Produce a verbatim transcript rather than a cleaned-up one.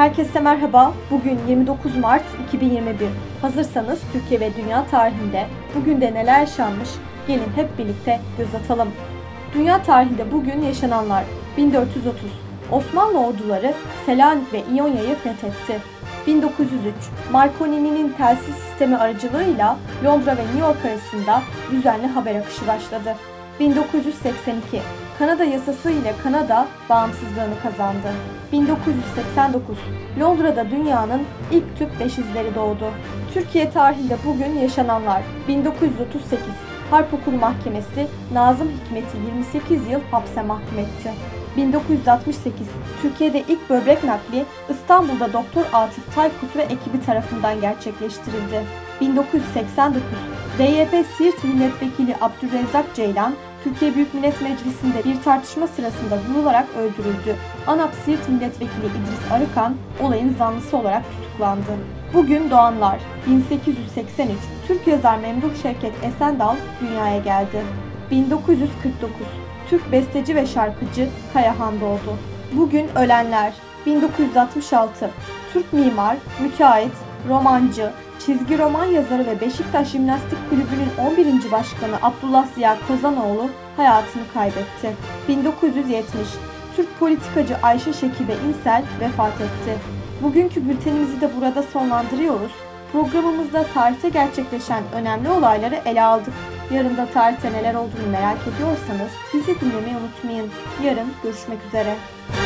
Herkese merhaba. Bugün yirmi dokuz Mart iki bin yirmi bir. Hazırsanız Türkiye ve dünya tarihinde bugün de neler yaşanmış? Gelin hep birlikte göz atalım. Dünya tarihinde bugün yaşananlar: bin dört yüz otuz. Osmanlı orduları Selanik ve İonya'yı fethetti. bin dokuz yüz üç. Marconi'nin telsiz sistemi aracılığıyla Londra ve New York arasında düzenli haber akışı başladı. bin dokuz yüz seksen iki. Kanada yasası ile Kanada bağımsızlığını kazandı. bin dokuz yüz seksen dokuz. Londra'da dünyanın ilk tüp beş izleri doğdu. Türkiye tarihinde bugün yaşananlar: bin dokuz yüz otuz sekiz. Harp Okulu Mahkemesi Nazım Hikmet'i yirmi sekiz yıl hapse mahkum etti. bin dokuz yüz altmış sekiz. Türkiye'de ilk böbrek nakli İstanbul'da Doktor Atıf Taykut ve ekibi tarafından gerçekleştirildi. bin dokuz yüz seksen dokuz. D Y P Siirt Milletvekili Abdülrezzak Ceylan, Türkiye Büyük Millet Meclisi'nde bir tartışma sırasında vurularak öldürüldü. ANAP Siirt Milletvekili İdris Arıkan olayın zanlısı olarak tutuklandı. Bugün doğanlar: bin sekiz yüz seksen üç. Türk yazar Memduh Şevket Esendal dünyaya geldi. bin dokuz yüz kırk dokuz. Türk besteci ve şarkıcı Kayahan doğdu. Bugün ölenler: bin dokuz yüz altmış altı. Türk mimar, müteahhit, romancı, çizgi roman yazarı ve Beşiktaş Jimnastik Kulübü'nün on birinci başkanı Abdullah Ziya Kozanoğlu hayatını kaybetti. bin dokuz yüz yetmiş. Türk politikacı Ayşe Şekibe İnsel vefat etti. Bugünkü bültenimizi de burada sonlandırıyoruz. Programımızda tarihte gerçekleşen önemli olayları ele aldık. Yarın da tarihte neler olduğunu merak ediyorsanız bizi dinlemeyi unutmayın. Yarın görüşmek üzere.